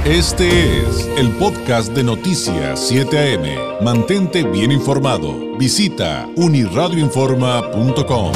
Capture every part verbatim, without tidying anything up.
Este es el podcast de Noticias siete A M. Mantente bien informado. Visita uniradioinforma punto com.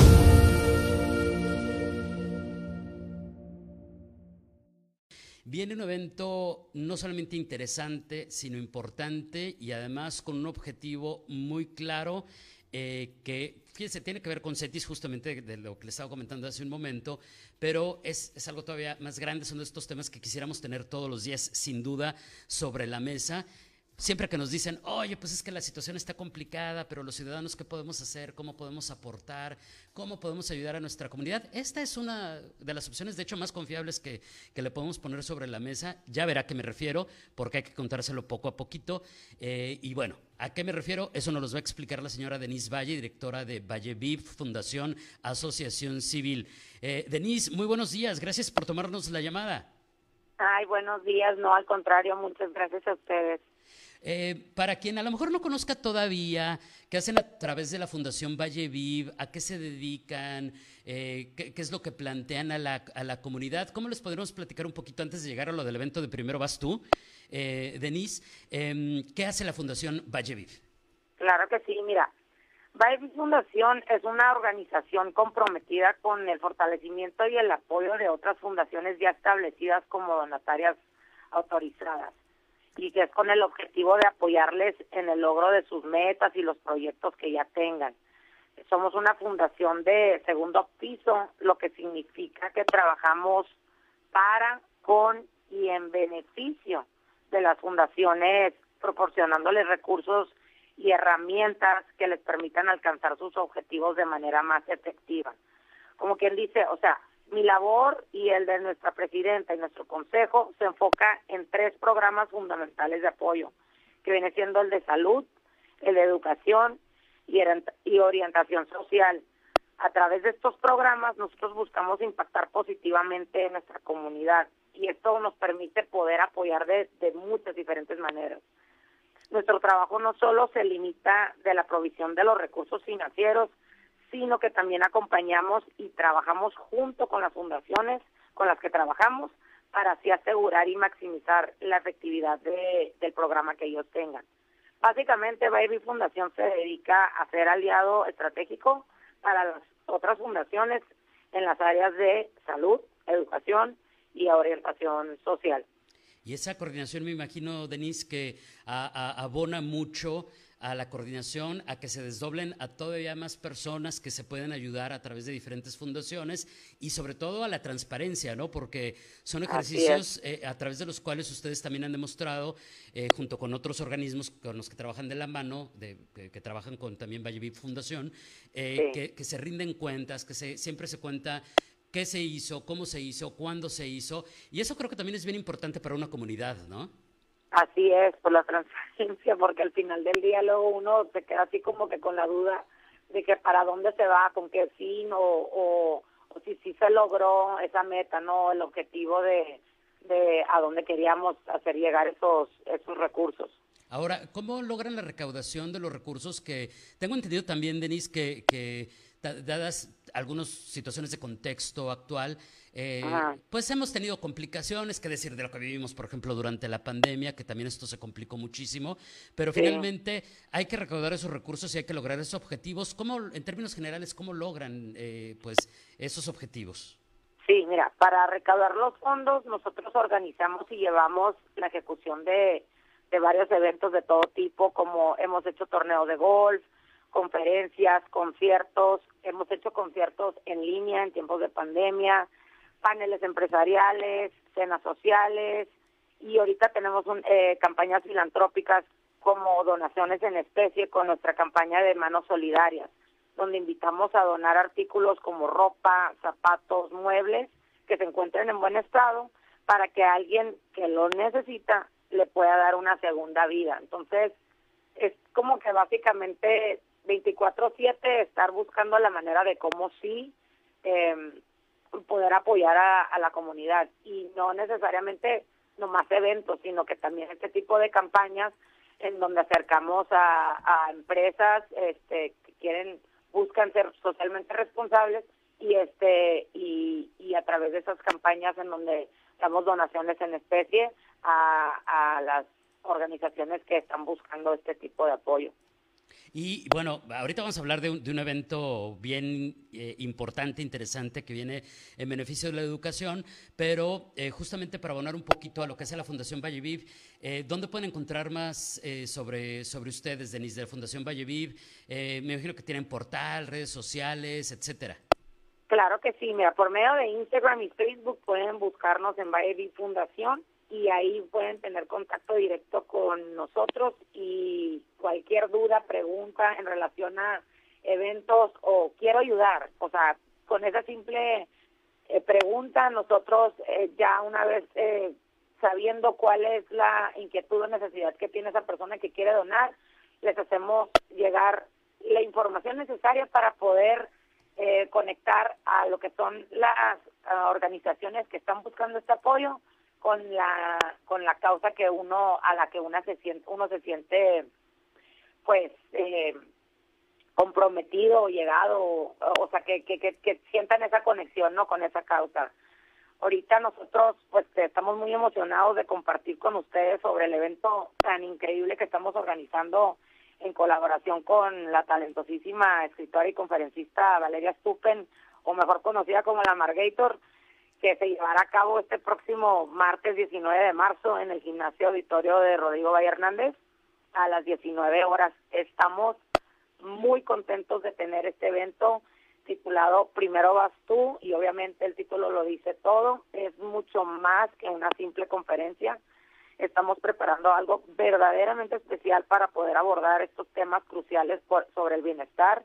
Viene un evento no solamente interesante, sino importante y además con un objetivo muy claro eh, que, fíjense, tiene que ver con CETIS, justamente de lo que les estaba comentando hace un momento, pero es, es algo todavía más grande, son de estos temas que quisiéramos tener todos los días, sin duda, sobre la mesa. Siempre que nos dicen, oye, pues es que la situación está complicada, pero los ciudadanos, ¿qué podemos hacer? ¿Cómo podemos aportar? ¿Cómo podemos ayudar a nuestra comunidad? Esta es una de las opciones, de hecho, más confiables que, que le podemos poner sobre la mesa. Ya verá a qué me refiero, porque hay que contárselo poco a poquito. Eh, y bueno, ¿a qué me refiero? Eso nos lo va a explicar la señora Denise Valle, directora de Valle Viv, Fundación Asociación Civil. Eh, Denise, muy buenos días. Gracias por tomarnos la llamada. Ay, buenos días. No, al contrario, muchas gracias a ustedes. Eh, para quien a lo mejor no conozca todavía, ¿qué hacen a través de la Fundación Valle Viv? ¿A qué se dedican? Eh, ¿qué, ¿Qué es lo que plantean a la, a la comunidad? ¿Cómo les podríamos platicar un poquito antes de llegar a lo del evento de Primero Vas Tú, eh, Denise? Eh, ¿Qué hace la Fundación Valle Viv? Claro que sí, mira. Valle Viv Fundación es una organización comprometida con el fortalecimiento y el apoyo de otras fundaciones ya establecidas como donatarias autorizadas, y que es con el objetivo de apoyarles en el logro de sus metas y los proyectos que ya tengan. Somos una fundación de segundo piso, lo que significa que trabajamos para, con y en beneficio de las fundaciones, proporcionándoles recursos y herramientas que les permitan alcanzar sus objetivos de manera más efectiva. Como quien dice, o sea, mi labor y el de nuestra presidenta y nuestro consejo se enfoca en tres programas fundamentales de apoyo, que viene siendo el de salud, el de educación y orientación social. A través de estos programas nosotros buscamos impactar positivamente en nuestra comunidad, y esto nos permite poder apoyar de, de muchas diferentes maneras. Nuestro trabajo no solo se limita de la provisión de los recursos financieros, sino que también acompañamos y trabajamos junto con las fundaciones con las que trabajamos para así asegurar y maximizar la efectividad de, del programa que ellos tengan. Básicamente, Valle Viv Fundación se dedica a ser aliado estratégico para las otras fundaciones en las áreas de salud, educación y orientación social. Y esa coordinación, me imagino, Denise, que a, a, abona mucho a la coordinación, a que se desdoblen a todavía más personas que se pueden ayudar a través de diferentes fundaciones, y sobre todo a la transparencia, ¿no? Porque son ejercicios eh, a través de los cuales ustedes también han demostrado, eh, junto con otros organismos con los que trabajan de la mano, de, que, que trabajan con también Valle Viv Fundación, eh, sí. que, que se rinden cuentas, que se, siempre se cuenta qué se hizo, cómo se hizo, cuándo se hizo, y eso creo que también es bien importante para una comunidad, ¿no? Así es, por la transparencia, porque al final del día luego uno se queda así como que con la duda de que para dónde se va, con qué fin, o, o, o si sí se logró esa meta, ¿no? El objetivo de, de a dónde queríamos hacer llegar esos, esos recursos. Ahora, ¿cómo logran la recaudación de los recursos? Que tengo entendido también, Denise, que, que dadas algunas situaciones de contexto actual, eh, pues hemos tenido complicaciones, que decir de lo que vivimos, por ejemplo, durante la pandemia, que también esto se complicó muchísimo, pero sí. Finalmente hay que recaudar esos recursos y hay que lograr esos objetivos. ¿Cómo, en términos generales, cómo logran eh, pues esos objetivos? Sí, mira, para recaudar los fondos nosotros organizamos y llevamos la ejecución de, de varios eventos de todo tipo, como hemos hecho torneos de golf, conferencias, conciertos, hemos hecho conciertos en línea en tiempos de pandemia, paneles empresariales, cenas sociales, y ahorita tenemos un, eh, campañas filantrópicas como donaciones en especie con nuestra campaña de Manos Solidarias, donde invitamos a donar artículos como ropa, zapatos, muebles que se encuentren en buen estado para que alguien que lo necesita le pueda dar una segunda vida. Entonces, es como que básicamente veinticuatro siete estar buscando la manera de cómo sí eh, poder apoyar a, a la comunidad, y no necesariamente nomás eventos, sino que también este tipo de campañas en donde acercamos a, a empresas este, que quieren, buscan ser socialmente responsables, y este y, y a través de esas campañas en donde damos donaciones en especie a, a las organizaciones que están buscando este tipo de apoyo. Y bueno, ahorita vamos a hablar de un, de un evento bien eh, importante, interesante, que viene en beneficio de la educación, pero eh, justamente para abonar un poquito a lo que es la Fundación Valleviv, eh, ¿dónde pueden encontrar más eh, sobre, sobre ustedes, Denise, de la Fundación Valleviv? Eh, me imagino que tienen portal, redes sociales, etcétera. Claro que sí, mira, por medio de Instagram y Facebook pueden buscarnos en Valleviv Fundación, y ahí pueden tener contacto directo con nosotros y cualquier duda, pregunta en relación a eventos o quiero ayudar. O sea, con esa simple eh, pregunta, nosotros eh, ya una vez eh, sabiendo cuál es la inquietud o necesidad que tiene esa persona que quiere donar, les hacemos llegar la información necesaria para poder eh, conectar a lo que son las uh, organizaciones que están buscando este apoyo con la con la causa que uno a la que una se siente uno se siente pues eh, comprometido o llegado o, o sea que, que que que sientan esa conexión, no, con esa causa. Ahorita nosotros pues estamos muy emocionados de compartir con ustedes sobre el evento tan increíble que estamos organizando en colaboración con la talentosísima escritora y conferencista Valeria Stupen, o mejor conocida como la Margator, que se llevará a cabo este próximo martes diecinueve de marzo en el Gimnasio Auditorio de Rodrigo Valle Hernández a las diecinueve horas. Estamos muy contentos de tener este evento titulado Primero vas tú, y obviamente el título lo dice todo, es mucho más que una simple conferencia. Estamos preparando algo verdaderamente especial para poder abordar estos temas cruciales por, sobre el bienestar,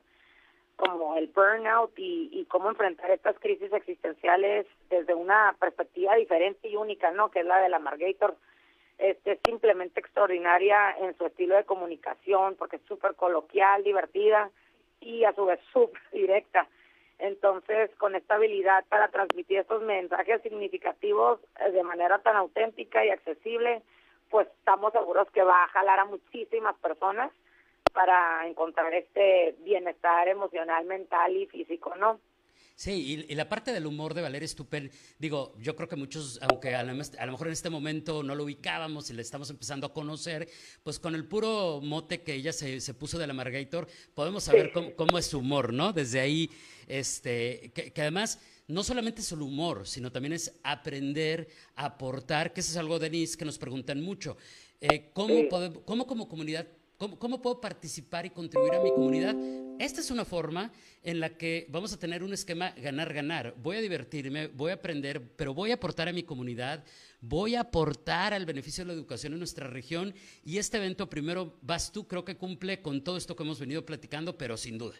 como el burnout y, y cómo enfrentar estas crisis existenciales desde una perspectiva diferente y única, ¿no? Que es la de la Margator. Este, es simplemente extraordinaria en su estilo de comunicación, porque es súper coloquial, divertida y a su vez súper directa. Entonces, con esta habilidad para transmitir estos mensajes significativos de manera tan auténtica y accesible, pues estamos seguros que va a jalar a muchísimas personas para encontrar este bienestar emocional, mental y físico, ¿no? Sí, y, y la parte del humor de Valeria Stupen, digo, yo creo que muchos, aunque a lo, a lo mejor en este momento no lo ubicábamos y le estamos empezando a conocer, pues con el puro mote que ella se, se puso de la Margator, podemos saber sí. cómo, cómo es su humor, ¿no? Desde ahí, este, que, que además no solamente es el humor, sino también es aprender a aportar, que eso es algo, Denise, que nos preguntan mucho. Eh, ¿cómo, sí. podemos, ¿Cómo como comunidad ¿Cómo, ¿Cómo puedo participar y contribuir a mi comunidad? Esta es una forma en la que vamos a tener un esquema ganar-ganar. Voy a divertirme, voy a aprender, pero voy a aportar a mi comunidad, voy a aportar al beneficio de la educación en nuestra región, y este evento, Primero vas tú, creo que cumple con todo esto que hemos venido platicando, pero sin duda.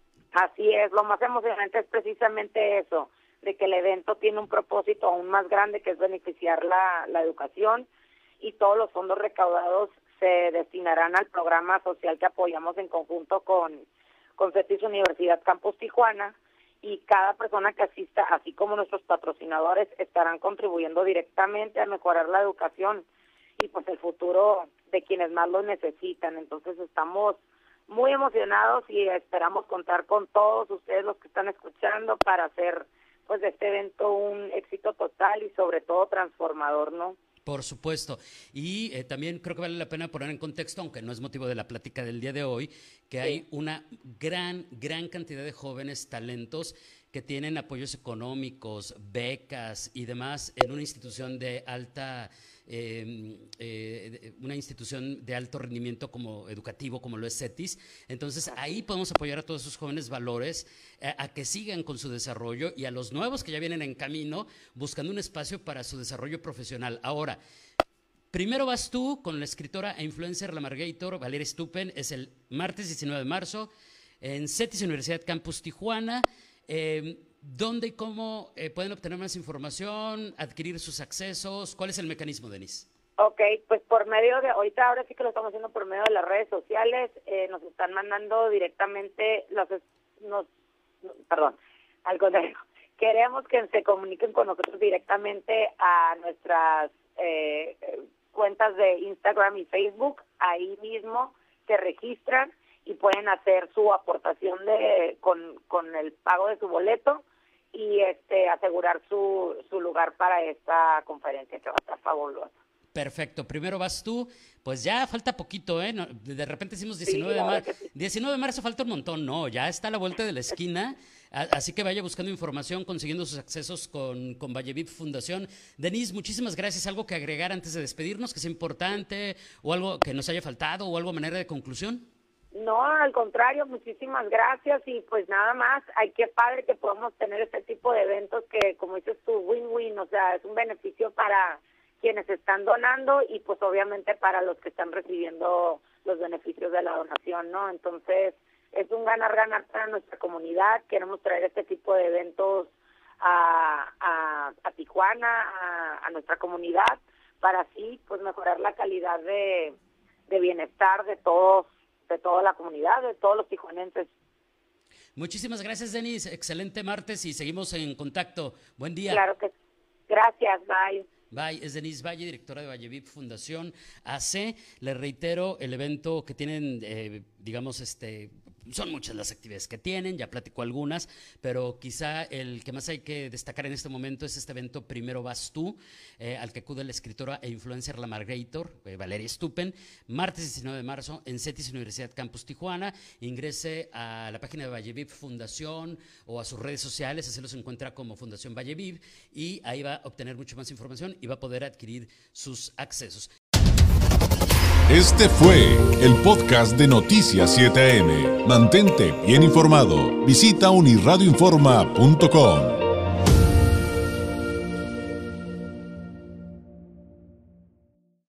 Así es, lo más emocionante es precisamente eso, de que el evento tiene un propósito aún más grande, que es beneficiar la, la educación, y todos los fondos recaudados se destinarán al programa social que apoyamos en conjunto con, con CETIS Universidad Campus Tijuana, y cada persona que asista, así como nuestros patrocinadores, estarán contribuyendo directamente a mejorar la educación y pues el futuro de quienes más lo necesitan. Entonces estamos muy emocionados y esperamos contar con todos ustedes, los que están escuchando, para hacer pues de este evento un éxito total y sobre todo transformador, ¿no? Por supuesto. Y eh, también creo que vale la pena poner en contexto, aunque no es motivo de la plática del día de hoy, que sí. hay una gran, gran cantidad de jóvenes talentos que tienen apoyos económicos, becas y demás en una institución de alta, eh, eh, una institución de alto rendimiento como educativo, como lo es CETIS. Entonces ahí podemos apoyar a todos esos jóvenes valores eh, a que sigan con su desarrollo, y a los nuevos que ya vienen en camino buscando un espacio para su desarrollo profesional. Ahora, Primero vas tú con la escritora e influencer La Margator, Valeria Stupen. Es el martes diecinueve de marzo en CETIS Universidad Campus Tijuana. Eh, ¿Dónde y cómo eh, pueden obtener más información, adquirir sus accesos? ¿Cuál es el mecanismo, Denise? Ok, pues por medio de, ahorita ahora sí que lo estamos haciendo por medio de las redes sociales, eh, nos están mandando directamente, los, nos, perdón, al contrario, queremos que se comuniquen con nosotros directamente a nuestras eh, cuentas de Instagram y Facebook. Ahí mismo se registran y pueden hacer su aportación de con, con el pago de su boleto y este asegurar su, su lugar para esta conferencia, que va a estar fabulosa. Perfecto, primero vas tú, pues ya falta poquito, ¿eh? No, de repente decimos diecinueve de marzo, diecinueve de marzo falta un montón, no, ya está a la vuelta de la esquina, a, así que vaya buscando información, consiguiendo sus accesos con, con Valleviv Fundación. Denise, muchísimas gracias, ¿algo que agregar antes de despedirnos, que sea importante, o algo que nos haya faltado, o algo a manera de conclusión? No, al contrario, muchísimas gracias y pues nada más, ay, qué padre que podamos tener este tipo de eventos que, como dices tú, win-win, o sea, es un beneficio para quienes están donando y pues obviamente para los que están recibiendo los beneficios de la donación, ¿no? Entonces, es un ganar-ganar para nuestra comunidad, queremos traer este tipo de eventos a, a, a Tijuana, a, a nuestra comunidad, para así pues mejorar la calidad de, de bienestar de todos, de toda la comunidad, de todos los tijuanenses. Muchísimas gracias, Denise, excelente martes y seguimos en contacto. Buen día. Claro que sí. Gracias, bye. Bye, es Denise Valle, directora de Valleviv Fundación A C. Le reitero, el evento que tienen, eh, digamos, este, son muchas las actividades que tienen, ya platico algunas, pero quizá el que más hay que destacar en este momento es este evento Primero Vas Tú, eh, al que acude la escritora e influencer La Margator, eh, Valeria Stupen, martes diecinueve de marzo en CETIS Universidad Campus Tijuana. Ingrese a la página de Valleviv Fundación o a sus redes sociales, así los encuentra como Fundación Valleviv, y ahí va a obtener mucho más información y va a poder adquirir sus accesos. Este fue el podcast de Noticias siete A M. Mantente bien informado. Visita unirradioinforma punto com.